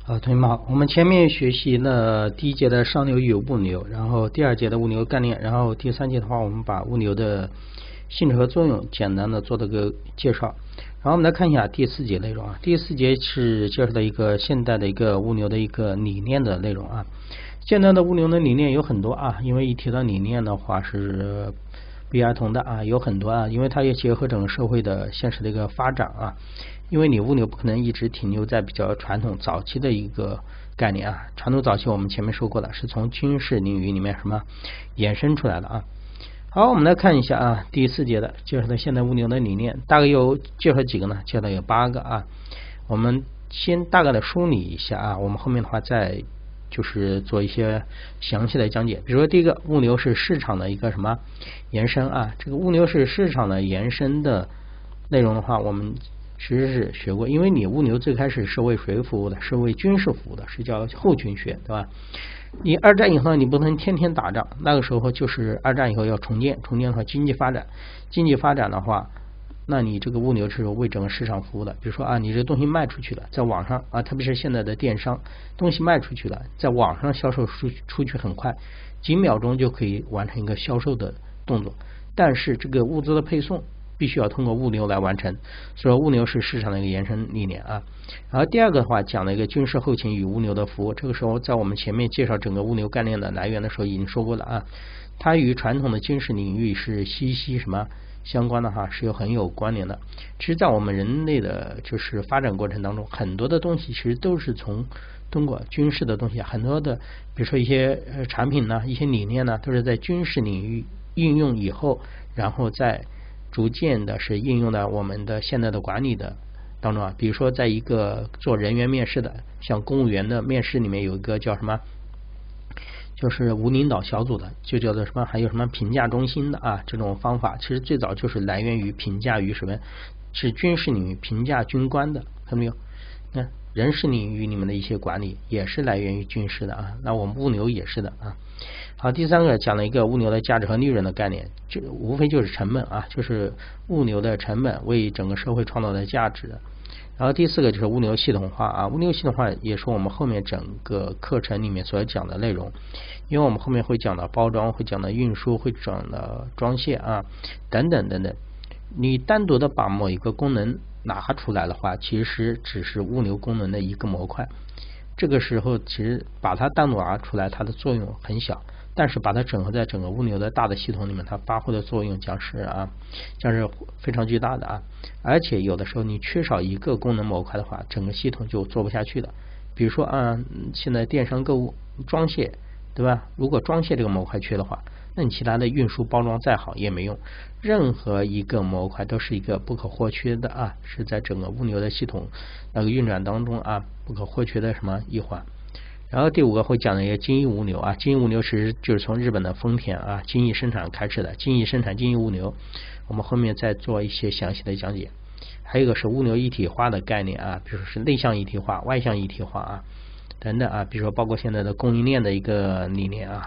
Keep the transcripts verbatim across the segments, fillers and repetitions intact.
好，同学们好，我们前面学习了第一节的上流与物流，然后第二节的物流概念，然后第三节的话，我们把物流的性质和作用简单的做了个介绍。然后我们来看一下第四节内容啊，第四节是介绍的一个现代的一个物流的一个理念的内容啊。现代的物流的理念有很多啊，因为一提到理念的话是不约而同的啊，有很多啊，因为它也结合整个社会的现实的一个发展啊。因为你物流不可能一直停留在比较传统早期的一个概念啊，传统早期我们前面说过了，是从军事领域里面什么衍生出来的啊。好，我们来看一下啊，第四节的介绍的现代物流的理念，大概有介绍几个呢？介绍有八个啊。我们先大概的梳理一下啊，我们后面的话再就是做一些详细的讲解。比如说第一个，物流是市场的一个什么延伸啊？这个物流是市场的延伸的内容的话，我们其实是学过，因为你物流最开始是为谁服务的？是为军事服务的，是叫后勤学，对吧？你二战以后你不能天天打仗，那个时候就是二战以后要重建，重建的话经济发展，经济发展的话，那你这个物流是为整个市场服务的。比如说啊，你这东西卖出去了，在网上啊，特别是现在的电商，东西卖出去了，在网上销售出出去很快，几秒钟就可以完成一个销售的动作，但是这个物资的配送必须要通过物流来完成，所以物流是市场的一个延伸理念啊。然后第二个的话讲了一个军事后勤与物流的服务，这个时候在我们前面介绍整个物流概念的来源的时候已经说过了啊，它与传统的军事领域是息息什么相关的哈，是有很有关联的。其实在我们人类的就是发展过程当中，很多的东西其实都是从通过军事的东西，很多的比如说一些产品呢，一些理念呢，都是在军事领域应用以后，然后再逐渐的是应用到我们的现在的管理的当中啊。比如说在一个做人员面试的，像公务员的面试里面有一个叫什么，就是无领导小组的，就叫做什么，还有什么评价中心的啊，这种方法其实最早就是来源于评价于什么，是军事领域评价军官的，看到没有？那人事领域里面的一些管理也是来源于军事的啊，那我们物流也是的啊。好，第三个讲了一个物流的价值和利润的概念，就无非就是成本啊，就是物流的成本为整个社会创造的价值。然后第四个就是物流系统化啊，物流系统化也是我们后面整个课程里面所讲的内容，因为我们后面会讲到包装，会讲到运输，会讲到装卸啊等等等等。你单独的把某一个功能拿出来的话，其实只是物流功能的一个模块，这个时候其实把它单独拿出来，它的作用很小，但是把它整合在整个物流的大的系统里面，它发挥的作用将是啊，将是非常巨大的啊。而且有的时候你缺少一个功能模块的话，整个系统就做不下去了。比如说啊，现在电商购物装卸，对吧？如果装卸这个模块缺的话，那你其他的运输包装再好也没用。任何一个模块都是一个不可或缺的啊，是在整个物流的系统那个运转当中啊不可或缺的什么一环。然后第五个会讲的一个精益物流啊，精益物流是就是从日本的丰田啊精益生产开始的，精益生产精益物流，我们后面再做一些详细的讲解。还有一个是物流一体化的概念啊，比如说是内向一体化、外向一体化啊等等啊，比如说包括现在的供应链的一个理念啊。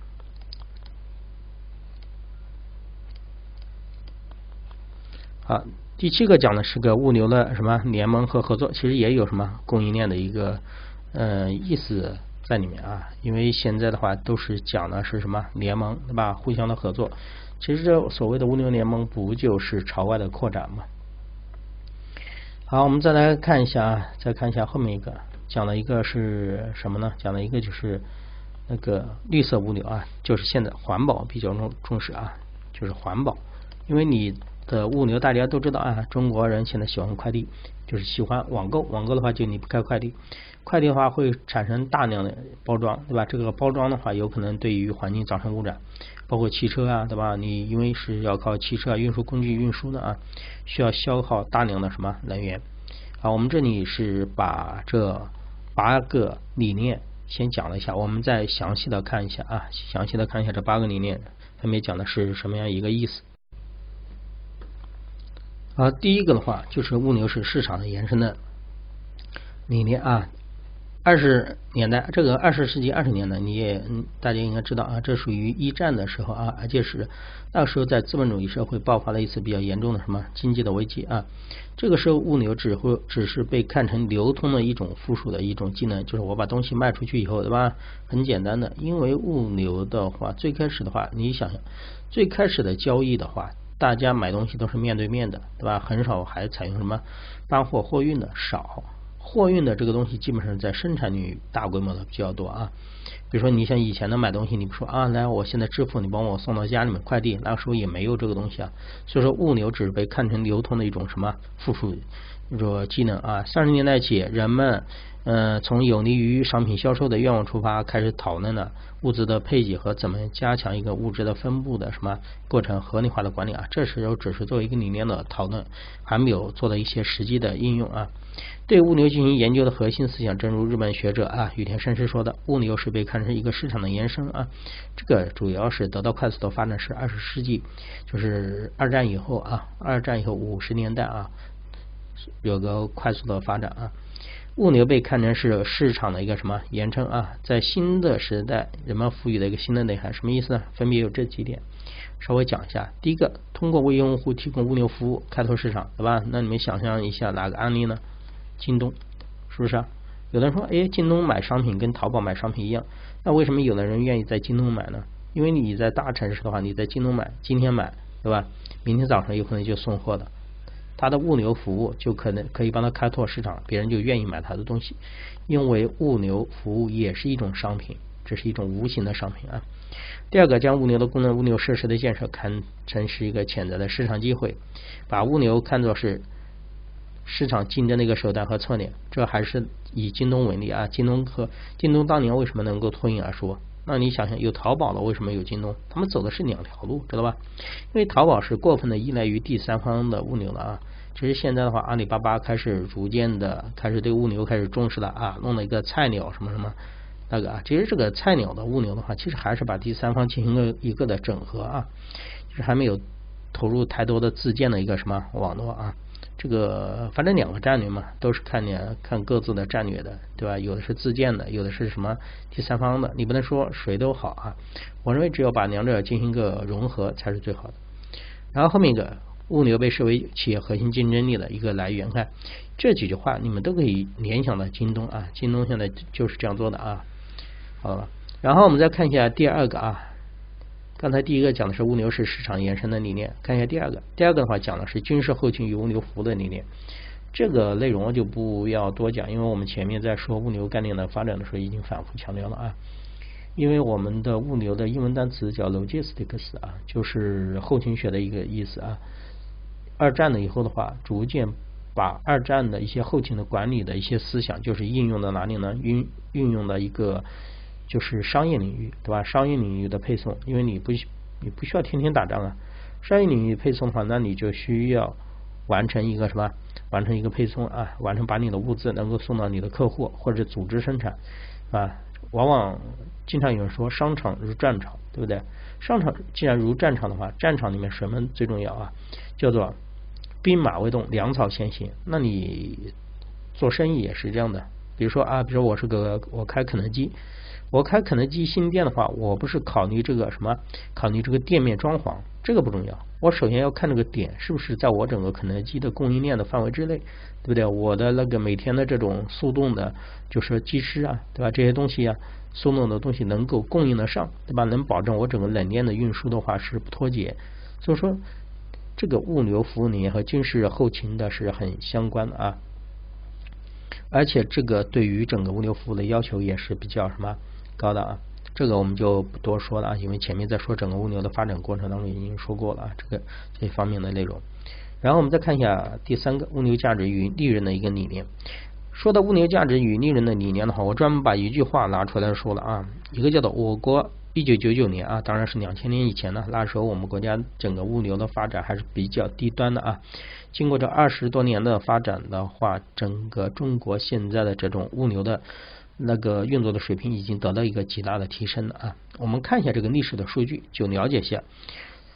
好，第七个讲的是个物流的什么联盟和合作，其实也有什么供应链的一个呃意思在里面啊，因为现在的话都是讲的是什么联盟，对吧？互相的合作，其实这所谓的物流联盟不就是朝外的扩展吗？好，我们再来看一下啊，再看一下后面一个讲了一个是什么呢？讲了一个就是那个绿色物流啊，就是现在环保比较重重视啊，就是环保，因为你的物流大家都知道啊，中国人现在喜欢快递，就是喜欢网购，网购的话就离不开快递，快递的话会产生大量的包装，对吧？这个包装的话有可能对于环境造成污染，包括汽车啊，对吧？你因为是要靠汽车啊运输工具运输的啊，需要消耗大量的什么能源。好，我们这里是把这八个理念先讲了一下，我们再详细的看一下啊，详细的看一下这八个理念分别讲的是什么样一个意思。啊，第一个的话就是物流是市场的延伸的理念啊， 二十年代，这个二十世纪二十年代，你也嗯，大家应该知道啊，这属于一战的时候啊，而且是那个时候在资本主义社会爆发了一次比较严重的什么经济的危机啊。这个时候物流只会只是被看成流通的一种附属的一种技能，就是我把东西卖出去以后，对吧？很简单的，因为物流的话，最开始的话，你想想，最开始的交易的话，大家买东西都是面对面的，对吧？很少还采用什么搬货货运的少。货运的这个东西基本上在生产领域大规模的比较多啊，比如说你像以前的买东西，你不说啊，来我现在支付，你帮我送到家里面快递，那个时候也没有这个东西啊，所以说物流只是被看成流通的一种什么附属说技能啊。三十年代起，人们呃从有利于商品销售的愿望出发，开始讨论了物资的配给和怎么加强一个物质的分布的什么过程合理化的管理啊。这时候只是作为一个理念的讨论，还没有做到一些实际的应用啊。对物流进行研究的核心思想，正如日本学者啊羽田伸司说的，物流是被看成一个市场的延伸啊。这个主要是得到快速的发展是二十世纪，就是二战以后啊，二战以后五十年代啊，有个快速的发展啊。物流被看成是市场的一个什么延伸啊，在新的时代，人们赋予的一个新的内涵，什么意思呢？分别有这几点，稍微讲一下。第一个，通过为用户提供物流服务，开拓市场，对吧？那你们想象一下哪个案例呢？京东，是不是啊？有的人说，哎，京东买商品跟淘宝买商品一样，那为什么有的人愿意在京东买呢？因为你在大城市的话，你在京东买，今天买，对吧？明天早上有可能就送货的。它的物流服务就可能可以帮他开拓市场，别人就愿意买他的东西，因为物流服务也是一种商品，这是一种无形的商品啊。第二个，将物流的功能、物流设施的建设看成是一个潜在的市场机会，把物流看作是市场竞争的一个手段和策略。这还是以京东为例啊，京东和京东当年为什么能够脱颖而出？那你想想，有淘宝了，为什么有京东？他们走的是两条路，知道吧？因为淘宝是过分的依赖于第三方的物流了啊。其实现在的话，阿里巴巴开始逐渐的开始对物流开始重视了啊，弄了一个菜鸟什么什么那个啊。其实这个菜鸟的物流的话，其实还是把第三方进行了一个的整合啊，就是还没有投入太多的自建的一个什么网络啊。这个反正两个战略嘛，都是看你看各自的战略的，对吧？有的是自建的，有的是什么第三方的，你不能说谁都好啊。我认为只有把两者进行一个融合才是最好的。然后后面一个，物流被视为企业核心竞争力的一个来源，看这几句话你们都可以联想到京东啊，京东现在就是这样做的啊。好了，然后我们再看一下第二个啊。刚才第一个讲的是物流是市场延伸的理念，看一下第二个。第二个的话讲的是军事后勤与物流服务的理念。这个内容我就不要多讲，因为我们前面在说物流概念的发展的时候已经反复强调了啊。因为我们的物流的英文单词叫 logistics 啊，就是后勤学的一个意思啊。二战了以后的话，逐渐把二战的一些后勤的管理的一些思想，就是应用到哪里呢？运运用到一个就是商业领域，对吧？商业领域的配送，因为你不你不需要天天打仗啊。商业领域配送的话，那你就需要完成一个什么？完成一个配送啊，完成把你的物资能够送到你的客户，或者组织生产啊。往往经常有人说商场如战场，对不对？商场既然如战场的话，战场里面什么最重要啊？叫做兵马未动，粮草先行。那你做生意也是这样的，比如说啊，比如说我是个我开肯德基。我开肯德基新店的话，我不是考虑这个什么，考虑这个店面装潢，这个不重要。我首先要看这个点是不是在我整个肯德基的供应链的范围之内，对不对？我的那个每天的这种速冻的，就是鸡翅啊，对吧？这些东西啊，速冻的东西能够供应得上，对吧？能保证我整个冷链的运输的话是不脱节。所以说，这个物流服务里面和军事后勤的是很相关的啊。而且这个对于整个物流服务的要求也是比较什么高的啊，这个我们就不多说了啊，因为前面在说整个物流的发展过程当中已经说过了啊，这个这方面的内容。然后我们再看一下第三个物流价值与利润的一个理念。说到物流价值与利润的理念的话，我专门把一句话拿出来说了啊，一个叫做我国一九九九年啊，当然是两千年以前呢，那时候我们国家整个物流的发展还是比较低端的啊。经过这二十多年的发展的话，整个中国现在的这种物流的那个运作的水平已经得到一个极大的提升了啊。我们看一下这个历史的数据，就了解一下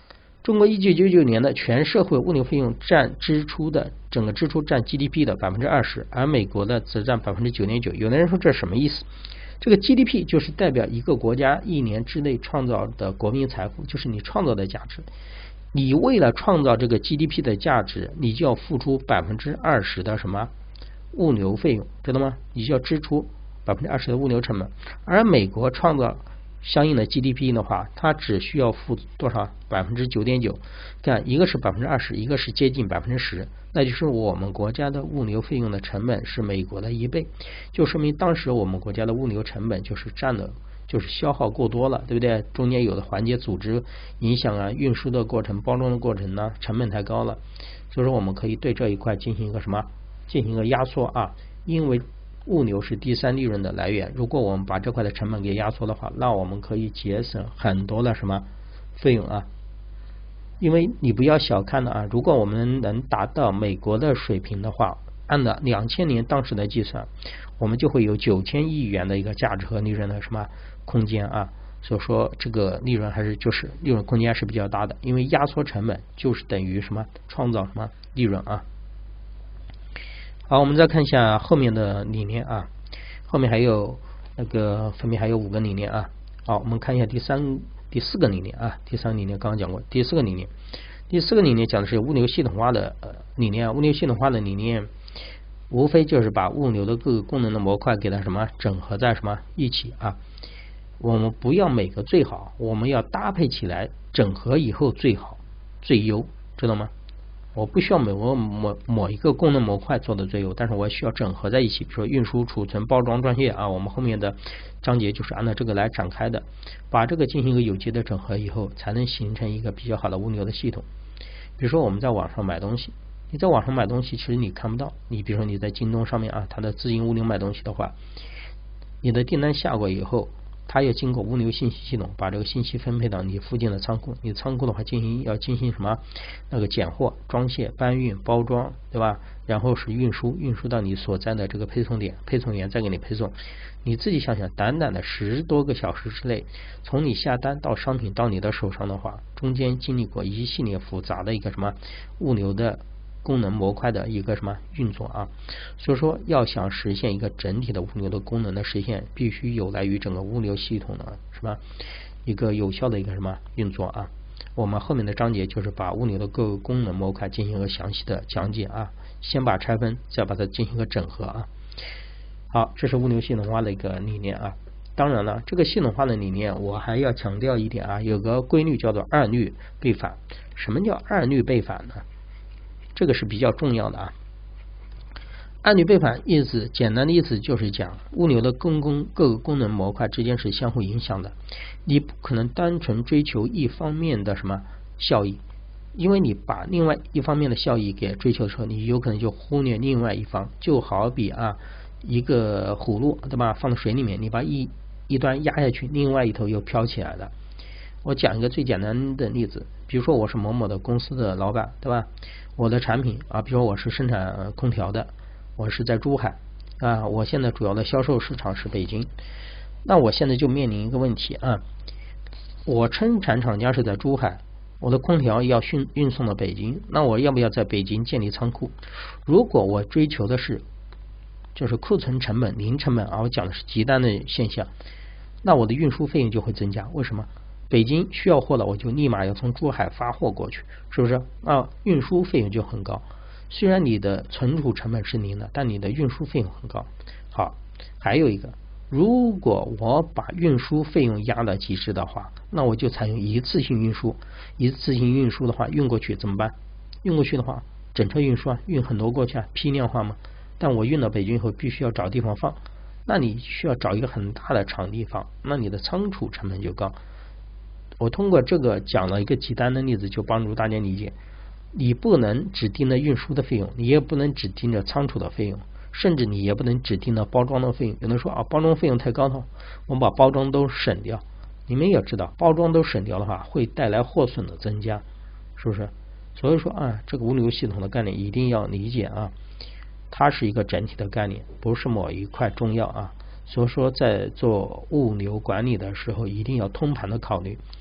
中国一九九九年的全社会物流费用占支出的整个支出占 G D P 的百分之二十，而美国的则占百分之九点九。有的人说这什么意思？这个 G D P 就是代表一个国家一年之内创造的国民财富，就是你创造的价值。你为了创造这个 G D P 的价值，你就要付出百分之二十的什么物流费用，知道吗？你就要支出百分之二十的物流成本。而美国创造相应的 G D P 的话，它只需要付多少？百分之九点九。看，一个是百分之二十，一个是接近百分之十，那就是我们国家的物流费用的成本是美国的一倍，就说明当时我们国家的物流成本就是占的，就是消耗过多了，对不对？中间有的环节组织影响啊，运输的过程、包装的过程呢，成本太高了，所以说我们可以对这一块进行一个什么？进行一个压缩啊，因为物流是第三利润的来源，如果我们把这块的成本给压缩的话，那我们可以节省很多的什么费用啊？因为你不要小看了啊，如果我们能达到美国的水平的话，按照两千年当时的计算，我们就会有九千亿元的一个价值和利润的什么空间啊？所以说这个利润还是就是利润空间是比较大的，因为压缩成本就是等于什么创造什么利润啊？好，我们再看一下后面的理念啊，后面还有那个分别还有五个理念啊。好，我们看一下第三。第四个理念啊，第三个理念刚刚讲过，第四个理念，第四个理念讲的是物流系统化的呃理念。物流系统化的理念，无非就是把物流的各个功能的模块给它什么整合在什么一起啊。我们不要每个最好，我们要搭配起来，整合以后最好最优，知道吗？我不需要每个某某一个功能模块做的最优，但是我需要整合在一起，比如说运输、储存、包装、装卸啊，我们后面的章节就是按照这个来展开的，把这个进行一个有机的整合以后，才能形成一个比较好的物流的系统。比如说我们在网上买东西，你在网上买东西其实你看不到，你比如说你在京东上面啊，它的自营物流买东西的话，你的订单下过以后，它要经过物流信息系统把这个信息分配到你附近的仓库，你仓库的话进行要进行什么那个拣货、装卸、搬运、包装，对吧？然后是运输，运输到你所在的这个配送点，配送员再给你配送。你自己想想，短短的十多个小时之内，从你下单到商品到你的手上的话，中间经历过一系列复杂的一个什么物流的功能模块的一个什么运作啊，所以说要想实现一个整体的物流的功能的实现，必须有赖于整个物流系统的什么一个有效的一个什么运作啊。我们后面的章节就是把物流的各个功能模块进行一个详细的讲解啊，先把拆分，再把它进行一个整合啊。好，这是物流系统化的一个理念啊。当然了，这个系统化的理念我还要强调一点啊，有个规律叫做二律背反。什么叫二律背反呢？这个是比较重要的啊。二律背反意思，简单的意思就是讲物流的功功各个功能模块之间是相互影响的，你不可能单纯追求一方面的什么效益，因为你把另外一方面的效益给追求的时候，你有可能就忽略另外一方。就好比啊，一个葫芦对吧，放到水里面，你把一一端压下去，另外一头又飘起来了。我讲一个最简单的例子，比如说我是某某的公司的老板，对吧？我的产品啊，比如说我是生产空调的，我是在珠海啊，我现在主要的销售市场是北京。那我现在就面临一个问题啊，我生产厂家是在珠海，我的空调要运运送到北京，那我要不要在北京建立仓库？如果我追求的是就是库存成本零成本，而我讲的是极端的现象，那我的运输费用就会增加。为什么？北京需要货了，我就立马要从珠海发货过去，是不是？啊，运输费用就很高。虽然你的存储成本是零的，但你的运输费用很高。好，还有一个，如果我把运输费用压到极致的话，那我就采用一次性运输。一次性运输的话，运过去怎么办？运过去的话，整车运输啊，运很多过去啊，批量化嘛。但我运到北京以后，必须要找地方放，那你需要找一个很大的场地放，那你的仓储成本就高。我通过这个讲了一个极端的例子，就帮助大家理解，你不能只盯着运输的费用，你也不能只盯着仓储的费用，甚至你也不能只盯着包装的费用。有人说啊，包装费用太高了，我们把包装都省掉。你们也知道，包装都省掉的话，会带来货损的增加，是不是？所以说啊，这个物流系统的概念一定要理解啊，它是一个整体的概念，不是某一块重要啊。所以说在做物流管理的时候，一定要通盘的考虑。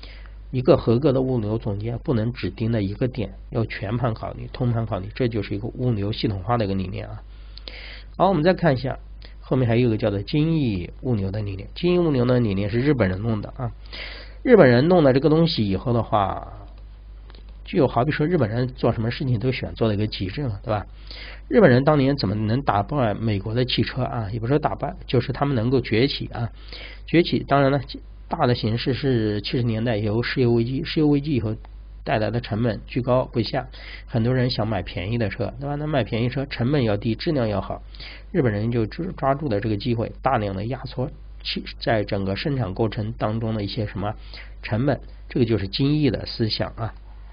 一个合格的物流总监不能只盯在一个点，要全盘考虑、通盘考虑，这就是一个物流系统化的一个理念啊。好，我们再看一下后面还有一个叫做精益物流的理念。精益物流的理念是日本人弄的啊，日本人弄了这个东西以后的话，就好比说日本人做什么事情都喜欢做到一个极致嘛，对吧？日本人当年怎么能打败美国的汽车啊？也不是说打败，就是他们能够崛起啊，崛起。当然了，大的形势是七十年代有石油危机，石油危机以后带来的成本居高不下，很多人想买便宜的车，对吧？那买便宜车成本要低，质量要好，日本人就抓住了这个机会，大量的压缩在整个生产过程当中的一些什么成本，这个就是精益的思想啊。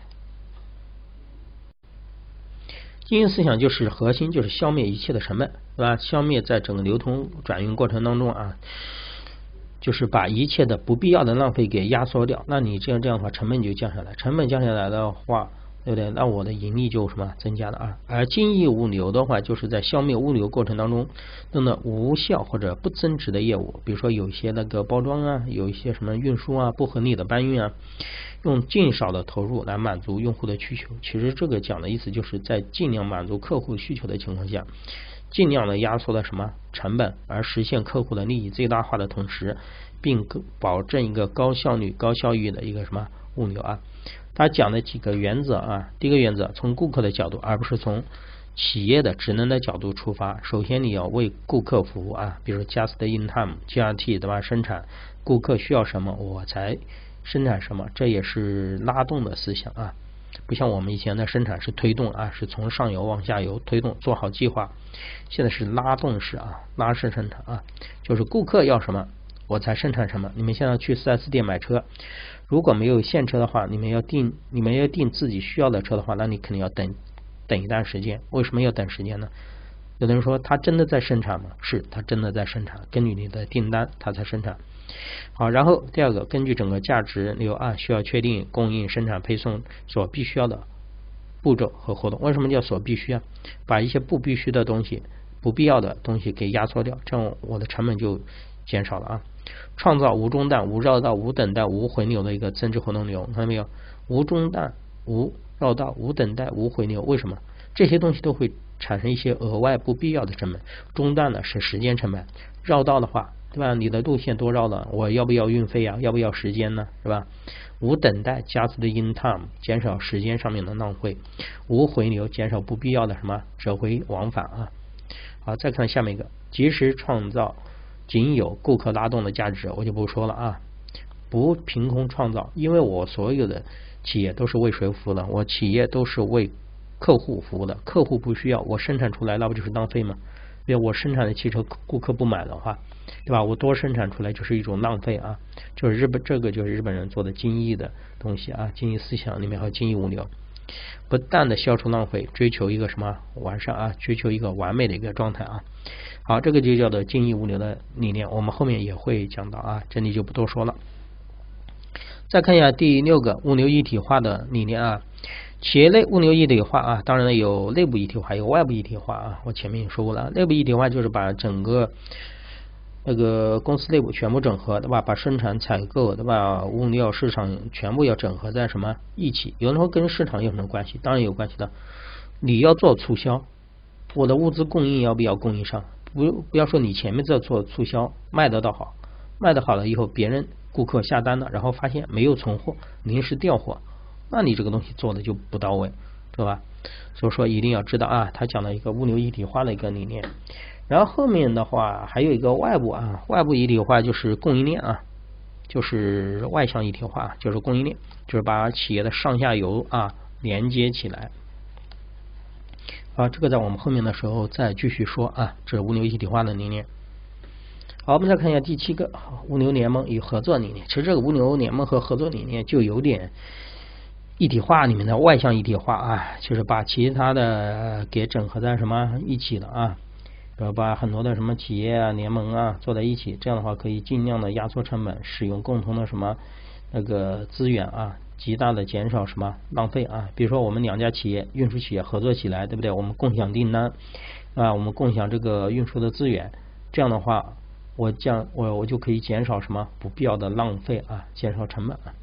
精益思想就是核心，就是消灭一切的成本，对吧？消灭在整个流通转运过程当中啊，就是把一切的不必要的浪费给压缩掉。那你这样这样的话，成本就降下来，成本降下来的话，对不对？那我的盈利就什么增加了啊。而精益物流的话，就是在消灭物流过程当中等等无效或者不增值的业务，比如说有一些那个包装啊，有一些什么运输啊，不合理的搬运啊。用尽少的投入来满足用户的需求，其实这个讲的意思就是在尽量满足客户需求的情况下，尽量的压缩了什么成本，而实现客户的利益最大化的同时，并保证一个高效率、高效益的一个什么物流啊。他讲的几个原则啊，第一个原则从顾客的角度，而不是从企业的职能的角度出发。首先你要为顾客服务啊，比如 just in time、G R T 对吧？生产顾客需要什么，我才生产什么，这也是拉动的思想啊，不像我们以前的生产是推动啊，是从上游往下游推动，做好计划。现在是拉动式啊，拉式生产啊，就是顾客要什么，我才生产什么。你们现在去 四 S 店买车，如果没有现车的话，你们要订，你们要订自己需要的车的话，那你肯定要等等一段时间。为什么要等时间呢？有的人说他真的在生产吗？是，他真的在生产，根据你的订单他才生产。好，然后第二个，根据整个价值流啊，需要确定供应、生产、配送所必须要的步骤和活动。为什么叫所必须啊？把一些不必须的东西、不必要的东西给压缩掉，这样我的成本就减少了啊。创造无中断、无绕道、无等待、无回流的一个增值活动流，看到没有？无中断、无绕道、无等待、无回流，为什么？这些东西都会产生一些额外不必要的成本。中断呢是时间成本，绕道的话，对吧？你的路线多绕了，我要不要运费啊？要不要时间呢？是吧？无等待 just in time 减少时间上面的浪费，无回流减少不必要的什么折回往返啊。好，再看下面一个，及时创造仅有顾客拉动的价值，我就不说了啊，不凭空创造，因为我所有的企业都是为谁服务的？我企业都是为客户服务的，客户不需要，我生产出来那不就是浪费吗？因为我生产的汽车顾客不买的话，对吧？我多生产出来就是一种浪费啊！就是日本这个就是日本人做的精益的东西啊，精益思想里面还有精益物流，不断的消除浪费，追求一个什么完善啊，追求一个完美的一个状态啊。好，这个就叫做精益物流的理念，我们后面也会讲到啊，这里就不多说了。再看一下第六个物流一体化的理念啊。企业内物流一体化啊，当然了有内部一体化，有外部一体化啊。我前面也说过了，内部一体化就是把整个那个公司内部全部整合，对吧？把生产、采购，对吧？物料、市场全部要整合在什么一起？有人说跟市场有什么关系？当然有关系的。你要做促销，我的物资供应要不要供应上？不不要说你前面在做促销，卖得到好，卖得好了以后，别人顾客下单了，然后发现没有存货，临时调货。那你这个东西做的就不到位，对吧？所以说一定要知道啊，他讲了一个物流一体化的一个理念。然后后面的话还有一个外部啊，外部一体化就是供应链啊，就是外向一体化，就是供应链，就是把企业的上下游啊连接起来。好，这个在我们后面的时候再继续说啊，这是物流一体化的理念。好，我们再看一下第七个物流联盟与合作理念。其实这个物流联盟和合作理念就有点一体化里面的外向一体化啊，就是把其他的给整合在什么一起了啊，然后把很多的什么企业啊联盟啊做在一起，这样的话可以尽量的压缩成本，使用共同的什么那个资源啊，极大的减少什么浪费啊。比如说我们两家企业运输企业合作起来，对不对？我们共享订单啊，我们共享这个运输的资源，这样的话我降我我就可以减少什么不必要的浪费啊，减少成本啊。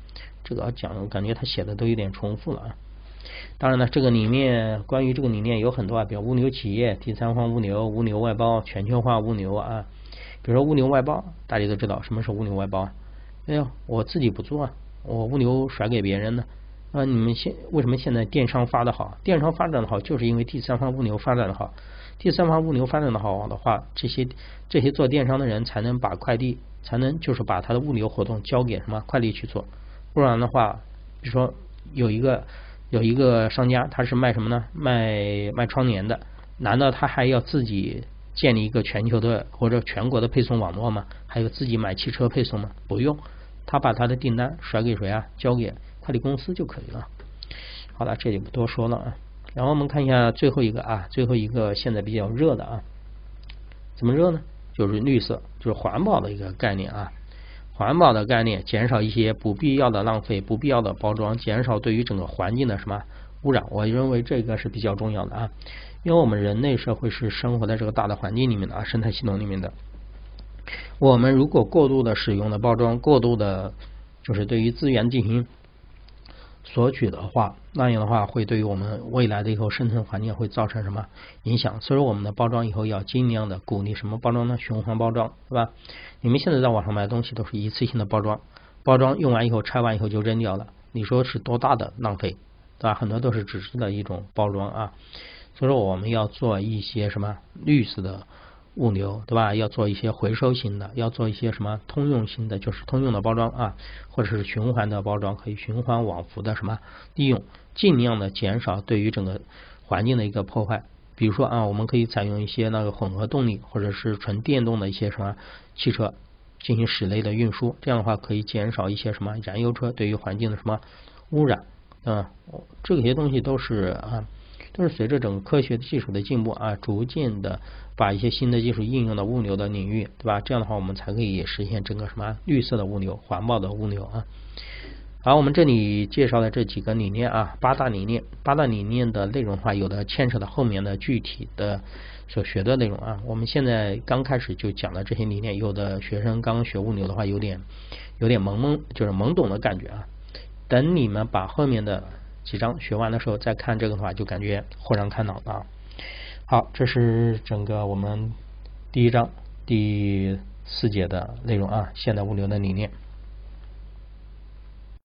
这个讲感觉他写的都有点重复了啊。当然了，这个里面关于这个理念有很多啊，比如物流企业、第三方物流、物流外包、全球化物流啊。比如说物流外包，大家都知道什么是物流外包啊？哎呀，我自己不做啊，我物流甩给别人呢。啊，你们现为什么现在电商发的好？电商发展的好，就是因为第三方物流发展的好。第三方物流发展的好的话，这些这些做电商的人才能把快递，才能就是把他的物流活动交给什么快递去做。不然的话，比如说有一个有一个商家，他是卖什么呢？卖卖窗帘的，难道他还要自己建立一个全球的或者全国的配送网络吗？还有自己买汽车配送吗？不用，他把他的订单甩给谁啊？交给快递公司就可以了。好了，这里不多说了啊。然后我们看一下最后一个啊，最后一个现在比较热的啊，怎么热呢？就是绿色，就是环保的一个概念啊。环保的概念，减少一些不必要的浪费、不必要的包装，减少对于整个环境的什么污染。我认为这个是比较重要的啊，因为我们人类社会是生活在这个大的环境里面的啊，生态系统里面的。我们如果过度的使用的包装，过度的就是对于资源进行索取的话，那样的话会对于我们未来的以后生存环境会造成什么影响？所以说我们的包装以后要尽量的鼓励什么包装呢？循环包装，对吧？你们现在在网上买东西都是一次性的包装，包装用完以后拆完以后就扔掉了，你说是多大的浪费，对吧？很多都是纸质的一种包装啊，所以说我们要做一些什么绿色的物流，对吧？要做一些回收型的，要做一些什么通用型的，就是通用的包装啊，或者是循环的包装，可以循环往复的什么利用，尽量的减少对于整个环境的一个破坏。比如说啊，我们可以采用一些那个混合动力或者是纯电动的一些什么汽车进行室内的运输，这样的话可以减少一些什么燃油车对于环境的什么污染啊，这些东西都是啊。都是随着整个科学技术的进步啊，逐渐的把一些新的技术应用到物流的领域，对吧？这样的话，我们才可以实现整个什么绿色的物流、环保的物流啊。好，我们这里介绍的这几个理念啊，八大理念，八大理念的内容的话，有的牵扯到后面的具体的所学的内容啊。我们现在刚开始就讲的这些理念，有的学生刚学物流的话，有点有点懵懵，就是懵懂的感觉啊。等你们把后面的几章学完的时候再看这个的话，就感觉豁然开朗了。好，这是整个我们第一章第四节的内容啊，现代物流的理念。